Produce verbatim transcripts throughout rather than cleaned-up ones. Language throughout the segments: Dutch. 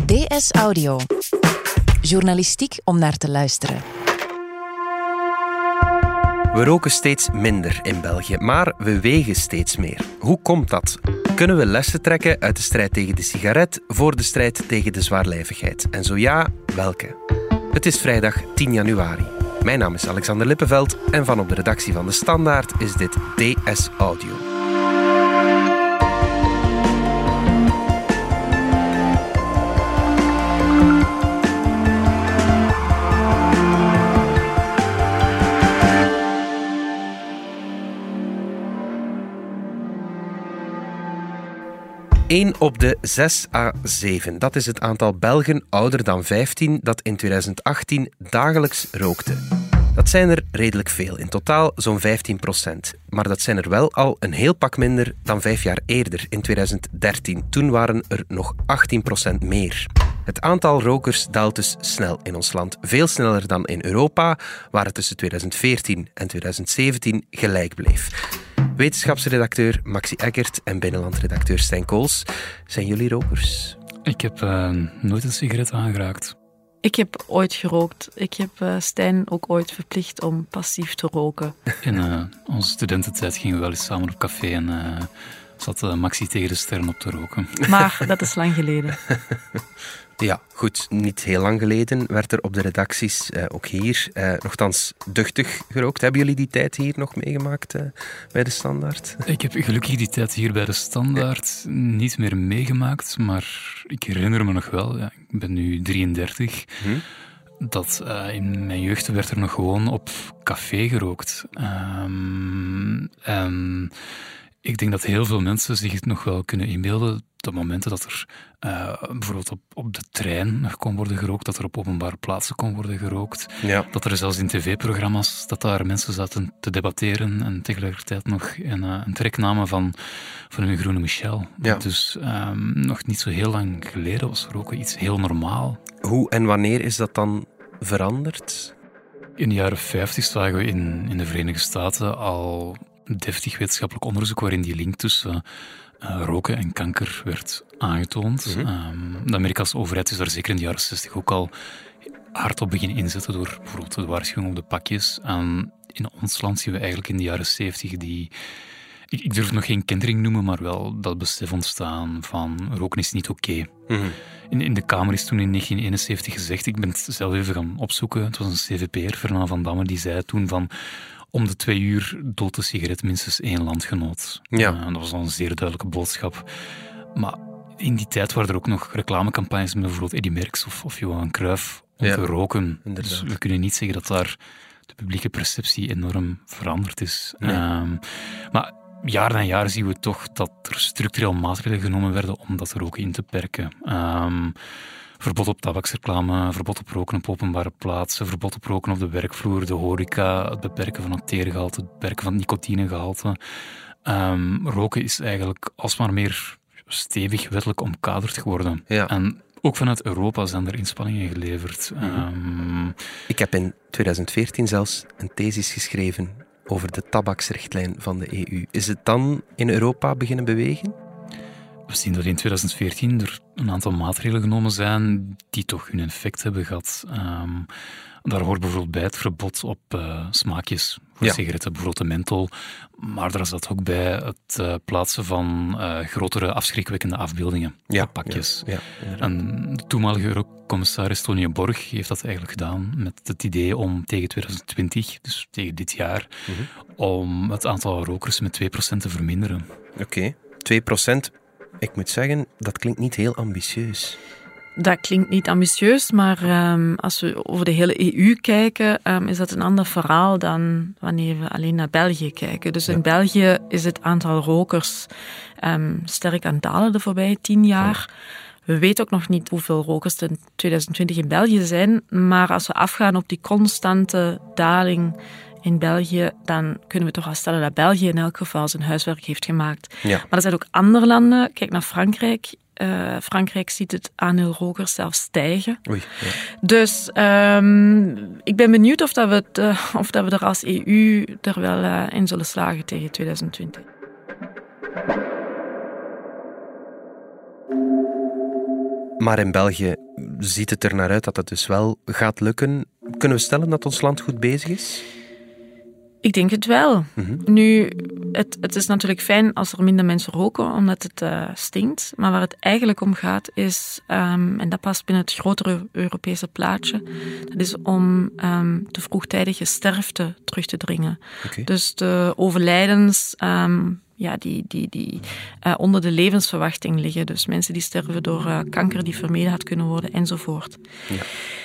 D S Audio. Journalistiek om naar te luisteren. We roken steeds minder in België, maar we wegen steeds meer. Hoe komt dat? Kunnen we lessen trekken uit de strijd tegen de sigaret voor de strijd tegen de zwaarlijvigheid? En zo ja, welke? Het is vrijdag tien januari. Mijn naam is Alexander Lippenveld en van op de redactie van De Standaard is dit D S Audio. één op de zes à zeven. Dat is het aantal Belgen ouder dan vijftien dat in twintig achttien dagelijks rookte. Dat zijn er redelijk veel, in totaal zo'n vijftien procent. Maar dat zijn er wel al een heel pak minder dan vijf jaar eerder, in twintig dertien. Toen waren er nog achttien procent meer. Het aantal rokers daalt dus snel in ons land. Veel sneller dan in Europa, waar het tussen twintig veertien en twintig zeventien gelijk bleef. Wetenschapsredacteur Maxi Eggert en binnenlandredacteur Stijn Kools. Zijn jullie rokers? Ik heb uh, nooit een sigaret aangeraakt. Ik heb ooit gerookt. Ik heb uh, Stijn ook ooit verplicht om passief te roken. In uh, onze studententijd gingen we wel eens samen op café en uh, zat uh, Maxi tegen de sterren op te roken. Maar dat is lang geleden. Ja, goed. Niet heel lang geleden werd er op de redacties, uh, ook hier, uh, nogthans duchtig gerookt. Hebben jullie die tijd hier nog meegemaakt uh, bij De Standaard? Ik heb gelukkig die tijd hier bij De Standaard niet meer meegemaakt, maar ik herinner me nog wel, ja, ik ben nu drieëndertig, hm? dat uh, in mijn jeugd werd er nog gewoon op café gerookt. Um, en ik denk dat heel veel mensen zich het nog wel kunnen inbeelden. De momenten dat er uh, bijvoorbeeld op, op de trein nog kon worden gerookt, dat er op openbare plaatsen kon worden gerookt, ja. Dat er zelfs in tv-programma's, dat daar mensen zaten te debatteren en tegelijkertijd nog een, uh, een trek namen van, van hun groene Michel. Ja. Dus um, nog niet zo heel lang geleden was roken iets heel normaal. Hoe en wanneer is dat dan veranderd? In de jaren vijftig zagen we in, in de Verenigde Staten al deftig wetenschappelijk onderzoek waarin die link tussen Uh, roken en kanker werd aangetoond. Mm-hmm. Um, de Amerikaanse overheid is daar zeker in de jaren zestig ook al hard op beginnen inzetten door bijvoorbeeld de waarschuwing op de pakjes. En in ons land zien we eigenlijk in de jaren zeventig die... Ik, ik durf nog geen kentering noemen, maar wel dat besef ontstaan van roken is niet oké. Okay. Mm-hmm. In, in de Kamer is toen in negentien eenenzeventig gezegd, ik ben het zelf even gaan opzoeken, het was een C V P'er, Fernand van Damme, die zei toen van om de twee uur doodt de sigaret minstens één landgenoot. Ja. Uh, dat was al een zeer duidelijke boodschap. Maar in die tijd waren er ook nog reclamecampagnes met bijvoorbeeld Eddy Merckx of, of Johan Cruijff om ja, te roken. Inderdaad. Dus we kunnen niet zeggen dat daar de publieke perceptie enorm veranderd is. Nee. Um, maar jaar na jaar zien we toch dat er structureel maatregelen genomen werden om dat roken in te perken. Um, Verbod op tabaksreclame, verbod op roken op openbare plaatsen, verbod op roken op de werkvloer, de horeca, het beperken van het teergehalte, het beperken van het nicotinegehalte. Um, roken is eigenlijk alsmaar meer stevig wettelijk omkaderd geworden. Ja. En ook vanuit Europa zijn er inspanningen geleverd. Um, Ik heb in twintig veertien zelfs een thesis geschreven over de tabaksrichtlijn van de E U. Is het dan in Europa beginnen bewegen? We zien dat in twintig veertien er een aantal maatregelen genomen zijn die toch hun effect hebben gehad. Um, daar hoort bijvoorbeeld bij het verbod op uh, smaakjes voor ja. sigaretten, bijvoorbeeld de menthol. Maar daar zat ook bij het uh, plaatsen van uh, grotere afschrikwekkende afbeeldingen ja. op pakjes. Ja. Ja, en de toenmalige commissaris Tony Borg heeft dat eigenlijk gedaan met het idee om tegen twintig twintig, dus tegen dit jaar, mm-hmm. om het aantal rokers met twee procent te verminderen. Oké, okay. twee procent. Ik moet zeggen, dat klinkt niet heel ambitieus. Dat klinkt niet ambitieus, maar um, als we over de hele E U kijken, um, is dat een ander verhaal dan wanneer we alleen naar België kijken. Dus ja. in België is het aantal rokers um, sterk aan het dalen de voorbije tien jaar. Ja. We weten ook nog niet hoeveel rokers er in twintig twintig in België zijn, maar als we afgaan op die constante daling in België, dan kunnen we toch al stellen dat België in elk geval zijn huiswerk heeft gemaakt. Ja. Maar er zijn ook andere landen. Kijk naar Frankrijk. Uh, Frankrijk ziet het aandeel rokers zelfs stijgen. Oei, ja. Dus um, ik ben benieuwd of, dat we, het, uh, of dat we er als E U er wel uh, in zullen slagen tegen twintig twintig. Maar in België ziet het er naar uit dat het dus wel gaat lukken. Kunnen we stellen dat ons land goed bezig is? Ik denk het wel. Mm-hmm. Nu, het, het is natuurlijk fijn als er minder mensen roken, omdat het uh, stinkt. Maar waar het eigenlijk om gaat is, um, en dat past binnen het grotere Europese plaatje, dat is om um, de vroegtijdige sterfte terug te dringen. Okay. Dus de overlijdens, um, ja, die, die, die uh, onder de levensverwachting liggen. Dus mensen die sterven door uh, kanker die vermeden had kunnen worden, enzovoort. Ja.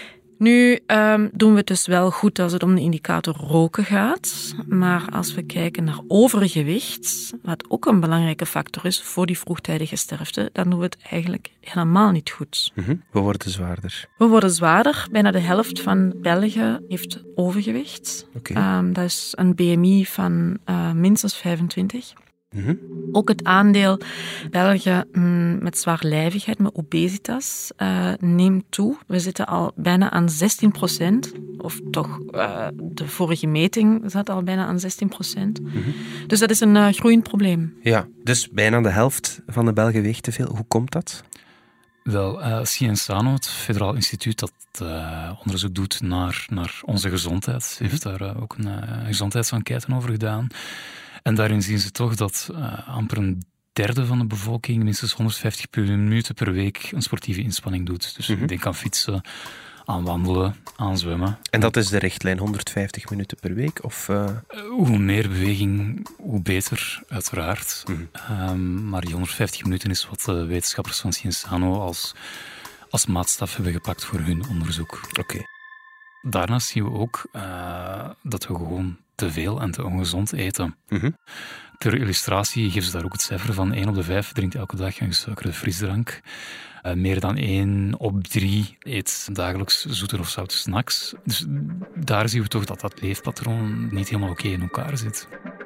Nu um, doen we het dus wel goed als het om de indicator roken gaat. Maar als we kijken naar overgewicht, wat ook een belangrijke factor is voor die vroegtijdige sterfte, dan doen we het eigenlijk helemaal niet goed. Mm-hmm. We worden zwaarder. We worden zwaarder. Bijna de helft van Belgen heeft overgewicht. Okay. Um, dat is een B M I van uh, minstens vijfentwintig. Mm-hmm. Ook het aandeel Belgen mm, met zwaarlijvigheid, met obesitas, uh, neemt toe. We zitten al bijna aan zestien procent, of toch uh, de vorige meting zat al bijna aan zestien procent. Mm-hmm. Dus dat is een uh, groeiend probleem. Ja, dus bijna de helft van de Belgen weegt te veel. Hoe komt dat? Wel, uh, Cienzano, het Federaal Instituut dat uh, onderzoek doet naar, naar onze gezondheid, heeft daar uh, ook een uh, gezondheidsenquête over gedaan. En daarin zien ze toch dat uh, amper een derde van de bevolking minstens honderdvijftig minuten per week een sportieve inspanning doet. Dus mm-hmm. denk aan fietsen, aan wandelen, aan zwemmen. En dat is de richtlijn, honderdvijftig minuten per week? Of, uh... Uh, hoe meer beweging, hoe beter, uiteraard. Mm-hmm. Um, maar die honderdvijftig minuten is wat de wetenschappers van Cienzano als, als maatstaf hebben gepakt voor hun onderzoek. Oké. Okay. Daarnaast zien we ook uh, dat we gewoon te veel en te ongezond eten. Mm-hmm. Ter illustratie geven ze daar ook het cijfer van één op de vijf drinkt elke dag een gesuikerde frisdrank. Uh, meer dan één op drie eet dagelijks zoete of zoute snacks. Dus daar zien we toch dat dat leefpatroon niet helemaal oké in elkaar zit.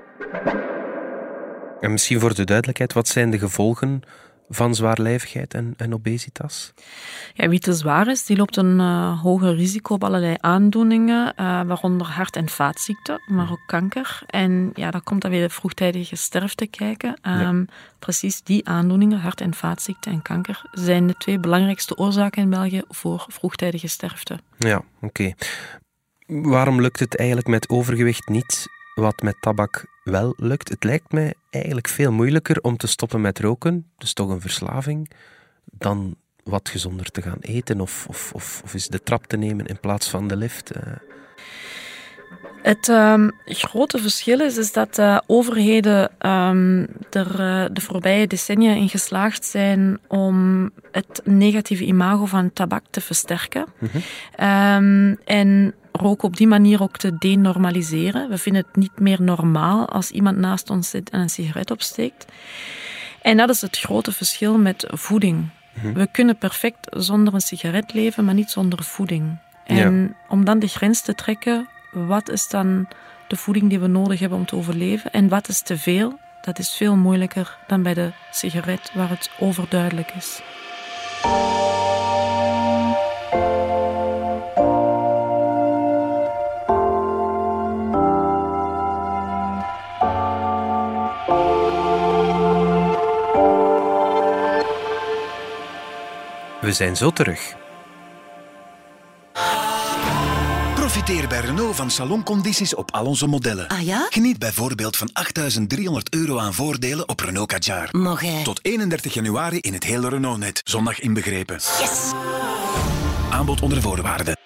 En misschien voor de duidelijkheid, wat zijn de gevolgen van zwaarlijvigheid en, en obesitas? Ja, wie te zwaar is, die loopt een uh, hoger risico op allerlei aandoeningen, uh, waaronder hart- en vaatziekten, maar ook kanker. En ja, daar komt dan weer de vroegtijdige sterfte kijken. Um, ja. Precies die aandoeningen, hart- en vaatziekten en kanker, zijn de twee belangrijkste oorzaken in België voor vroegtijdige sterfte. Ja, oké. Okay. Waarom lukt het eigenlijk met overgewicht niet wat met tabak wel lukt? Het lijkt mij eigenlijk veel moeilijker om te stoppen met roken, dus toch een verslaving, dan wat gezonder te gaan eten of, of, of, of eens de trap te nemen in plaats van de lift. Uh. Het um, grote verschil is, is dat uh, overheden um, er uh, de voorbije decennia in geslaagd zijn om het negatieve imago van tabak te versterken. Mm-hmm. Um, en roken op die manier ook te denormaliseren. We vinden het niet meer normaal als iemand naast ons zit en een sigaret opsteekt. En dat is het grote verschil met voeding. Mm-hmm. We kunnen perfect zonder een sigaret leven, maar niet zonder voeding. En ja. om dan de grens te trekken, wat is dan de voeding die we nodig hebben om te overleven en wat is te veel? Dat is veel moeilijker dan bij de sigaret, waar het overduidelijk is. We zijn zo terug. Profiteer bij Renault van saloncondities op al onze modellen. Ah ja? Geniet bijvoorbeeld van achtduizend driehonderd euro aan voordelen op Renault Kadjar. Mag hij? Tot eenendertig januari in het hele Renault-net. Zondag inbegrepen. Yes! Aanbod onder voorwaarden.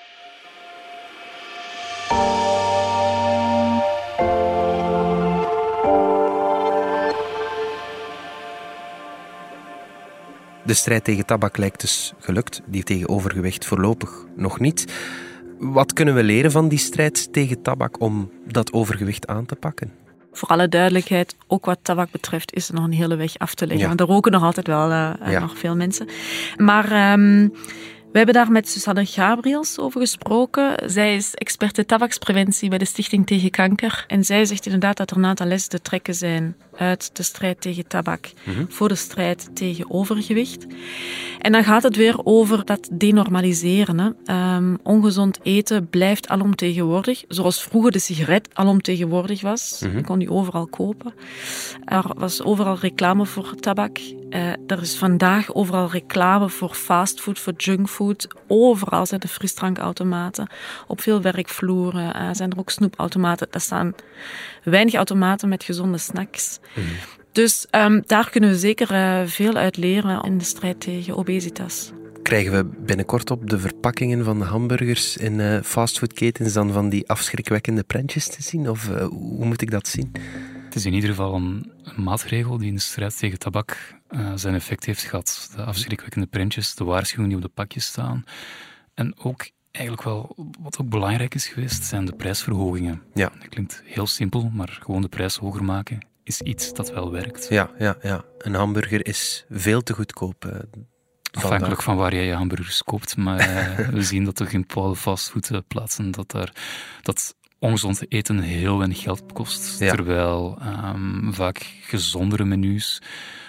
De strijd tegen tabak lijkt dus gelukt, die tegen overgewicht voorlopig nog niet. Wat kunnen we leren van die strijd tegen tabak om dat overgewicht aan te pakken? Voor alle duidelijkheid, ook wat tabak betreft, is er nog een hele weg af te leggen. Ja. Want er roken nog altijd wel uh, ja. nog veel mensen. Maar um, we hebben daar met Susanne Gabriels over gesproken. Zij is experte tabakspreventie bij de Stichting Tegen Kanker. En zij zegt inderdaad dat er een aantal lessen te trekken zijn uit de strijd tegen tabak Mm-hmm. voor de strijd tegen overgewicht. En dan gaat het weer over dat denormaliseren. Hè. Um, ongezond eten blijft alomtegenwoordig. Zoals vroeger de sigaret alomtegenwoordig was. Mm-hmm. Je kon die overal kopen. Er was overal reclame voor tabak. Uh, er is vandaag overal reclame voor fastfood, voor junkfood. Overal zijn er frisdrankautomaten. Op veel werkvloeren uh, zijn er ook snoepautomaten. Er staan weinig automaten met gezonde snacks. Mm-hmm. Dus um, daar kunnen we zeker uh, veel uit leren in de strijd tegen obesitas. Krijgen we binnenkort op de verpakkingen van de hamburgers in uh, fastfoodketens dan van die afschrikwekkende prentjes te zien? Of uh, hoe moet ik dat zien? Het is in ieder geval een, een maatregel die in de strijd tegen tabak uh, zijn effect heeft gehad. De afschrikwekkende prentjes, de waarschuwingen die op de pakjes staan. En ook eigenlijk wel, wat ook belangrijk is geweest, zijn de prijsverhogingen. Ja. Dat klinkt heel simpel, maar gewoon de prijs hoger maken is iets dat wel werkt. Ja, ja, ja. Een hamburger is veel te goedkoop. Uh, Afhankelijk van waar jij je hamburgers koopt. Maar uh, we zien dat toch in bepaalde fastfoodplaatsen dat daar dat ongezond eten heel weinig geld kost. Ja. Terwijl um, vaak gezondere menus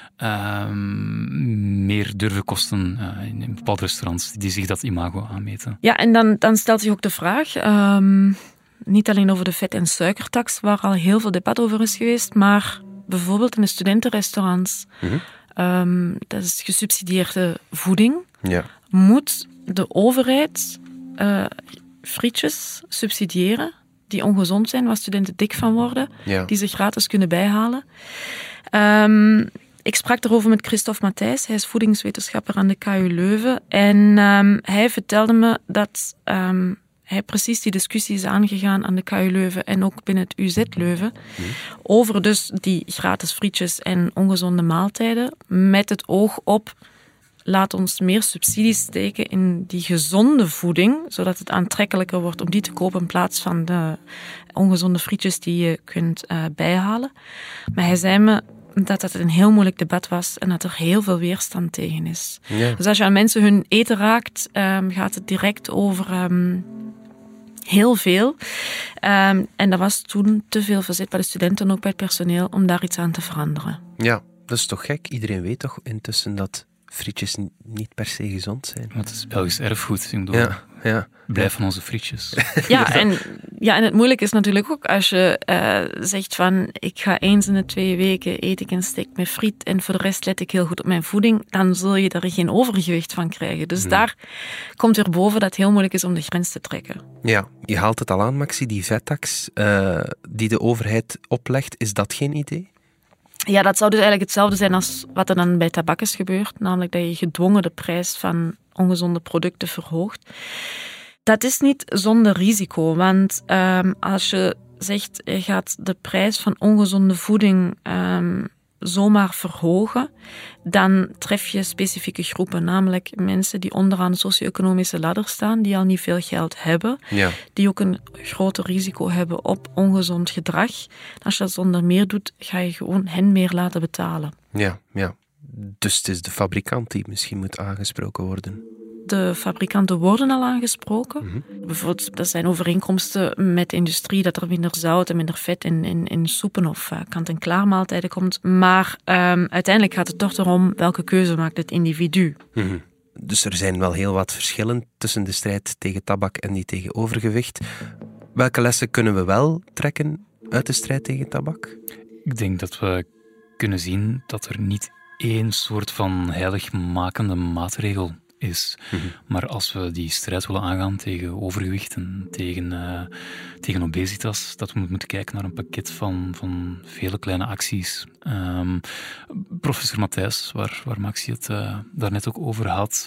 um, meer durven kosten uh, in, in bepaalde restaurants die zich dat imago aanmeten. Ja, en dan, dan stelt zich ook de vraag... Um, niet alleen over de vet- en suikertax, waar al heel veel debat over is geweest, maar bijvoorbeeld in de studentenrestaurants. Mm-hmm. Um, dat is gesubsidieerde voeding. Ja. Moet de overheid uh, frietjes subsidiëren die ongezond zijn, waar studenten dik van worden, Ja. die ze gratis kunnen bijhalen. Um, ik sprak erover met Christophe Matthijs, hij is voedingswetenschapper aan de K U Leuven. En um, hij vertelde me dat um, hij precies die discussie is aangegaan aan de K U Leuven en ook binnen het U Z Leuven, mm. over dus die gratis frietjes en ongezonde maaltijden, met het oog op laat ons meer subsidies steken in die gezonde voeding, zodat het aantrekkelijker wordt om die te kopen in plaats van de ongezonde frietjes die je kunt uh, bijhalen. Maar hij zei me dat dat een heel moeilijk debat was en dat er heel veel weerstand tegen is. Ja. Dus als je aan mensen hun eten raakt, um, gaat het direct over um, heel veel. Um, en dat was toen te veel verzet bij de studenten en ook bij het personeel om daar iets aan te veranderen. Ja, dat is toch gek? Iedereen weet toch intussen dat frietjes niet per se gezond zijn. Maar het is Belgisch erfgoed. Ik bedoel, Ja, ja. blijf van onze frietjes. Ja, en, ja, en het moeilijke is natuurlijk ook als je uh, zegt van ik ga eens in de twee weken eet ik een steak met friet en voor de rest let ik heel goed op mijn voeding, dan zul je daar geen overgewicht van krijgen. Dus Hmm. daar komt er boven dat het heel moeilijk is om de grens te trekken. Ja, je haalt het al aan, Maxi, die vettax uh, die de overheid oplegt, is dat geen idee? Ja, dat zou dus eigenlijk hetzelfde zijn als wat er dan bij tabak is gebeurd. Namelijk dat je gedwongen de prijs van ongezonde producten verhoogt. Dat is niet zonder risico, want um, als je zegt je gaat de prijs van ongezonde voeding um, zomaar verhogen, dan tref je specifieke groepen, namelijk mensen die onderaan de socio-economische ladder staan, die al niet veel geld hebben, Ja. die ook een groter risico hebben op ongezond gedrag. Als je dat zonder meer doet, ga je gewoon hen meer laten betalen. Ja, ja. Dus het is de fabrikant die misschien moet aangesproken worden. De fabrikanten worden al aangesproken. Mm-hmm. Bijvoorbeeld, dat zijn overeenkomsten met de industrie, dat er minder zout en minder vet in, in, in soepen of uh, kant-en-klaar maaltijden komt. Maar um, uiteindelijk gaat het toch erom welke keuze maakt het individu. Mm-hmm. Dus er zijn wel heel wat verschillen tussen de strijd tegen tabak en die tegen overgewicht. Welke lessen kunnen we wel trekken uit de strijd tegen tabak? Ik denk dat we kunnen zien dat er niet één soort van heiligmakende maatregel is. Mm-hmm. Maar als we die strijd willen aangaan tegen overgewicht en tegen, uh, tegen obesitas, dat we moeten kijken naar een pakket van, van vele kleine acties. Um, professor Matthijs, waar, waar Maxi het uh, daarnet ook over had,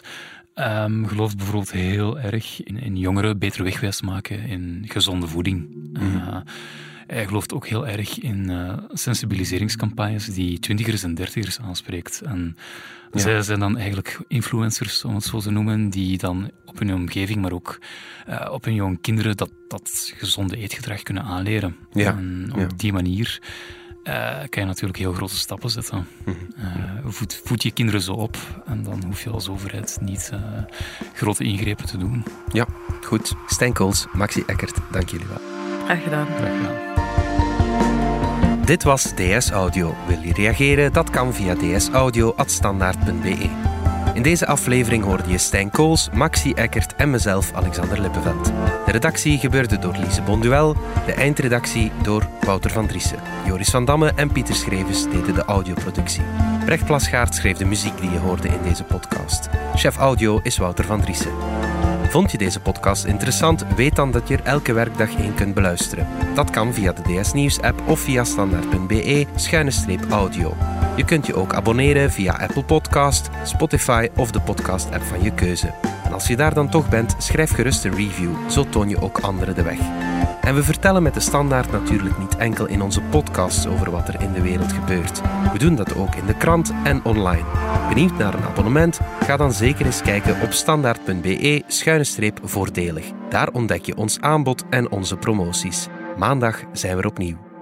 um, gelooft bijvoorbeeld heel erg in, in jongeren beter wegwijs maken in gezonde voeding. Mm-hmm. Uh, Hij gelooft ook heel erg in uh, sensibiliseringscampagnes die twintigers en dertigers aanspreekt. En ja. zij zijn dan eigenlijk influencers, om het zo te noemen, die dan op hun omgeving, maar ook uh, op hun jonge kinderen dat, dat gezonde eetgedrag kunnen aanleren. Ja. En op ja. die manier uh, kan je natuurlijk heel grote stappen zetten. Mm-hmm. Uh, voed, voed je kinderen zo op en dan hoef je als overheid niet uh, grote ingrepen te doen. Ja, goed. Stijn Kools, Maxi Eckert, dank jullie wel. Graag gedaan. Graag gedaan. Dit was D S Audio. Wil je reageren? Dat kan via dsaudio at standaard punt b e. In deze aflevering hoorde je Stijn Kools, Maxi Eckert en mezelf, Alexander Lippenveld. De redactie gebeurde door Lise Bonduel, de eindredactie door Wouter van Driessen. Joris van Damme en Pieter Schrevers deden de audioproductie. Brecht Plasgaard schreef de muziek die je hoorde in deze podcast. Chef audio is Wouter van Driessen. Vond je deze podcast interessant? Weet dan dat je er elke werkdag één kunt beluisteren. Dat kan via de D S Nieuws app of via standaard punt b e schuine streep audio. Je kunt je ook abonneren via Apple Podcast, Spotify of de podcast-app van je keuze. En als je daar dan toch bent, schrijf gerust een review, zo toon je ook anderen de weg. En we vertellen met de Standaard natuurlijk niet enkel in onze podcasts over wat er in de wereld gebeurt. We doen dat ook in de krant en online. Benieuwd naar een abonnement? Ga dan zeker eens kijken op standaard punt b e schuine streep voordelig. Daar ontdek je ons aanbod en onze promoties. Maandag zijn we er opnieuw.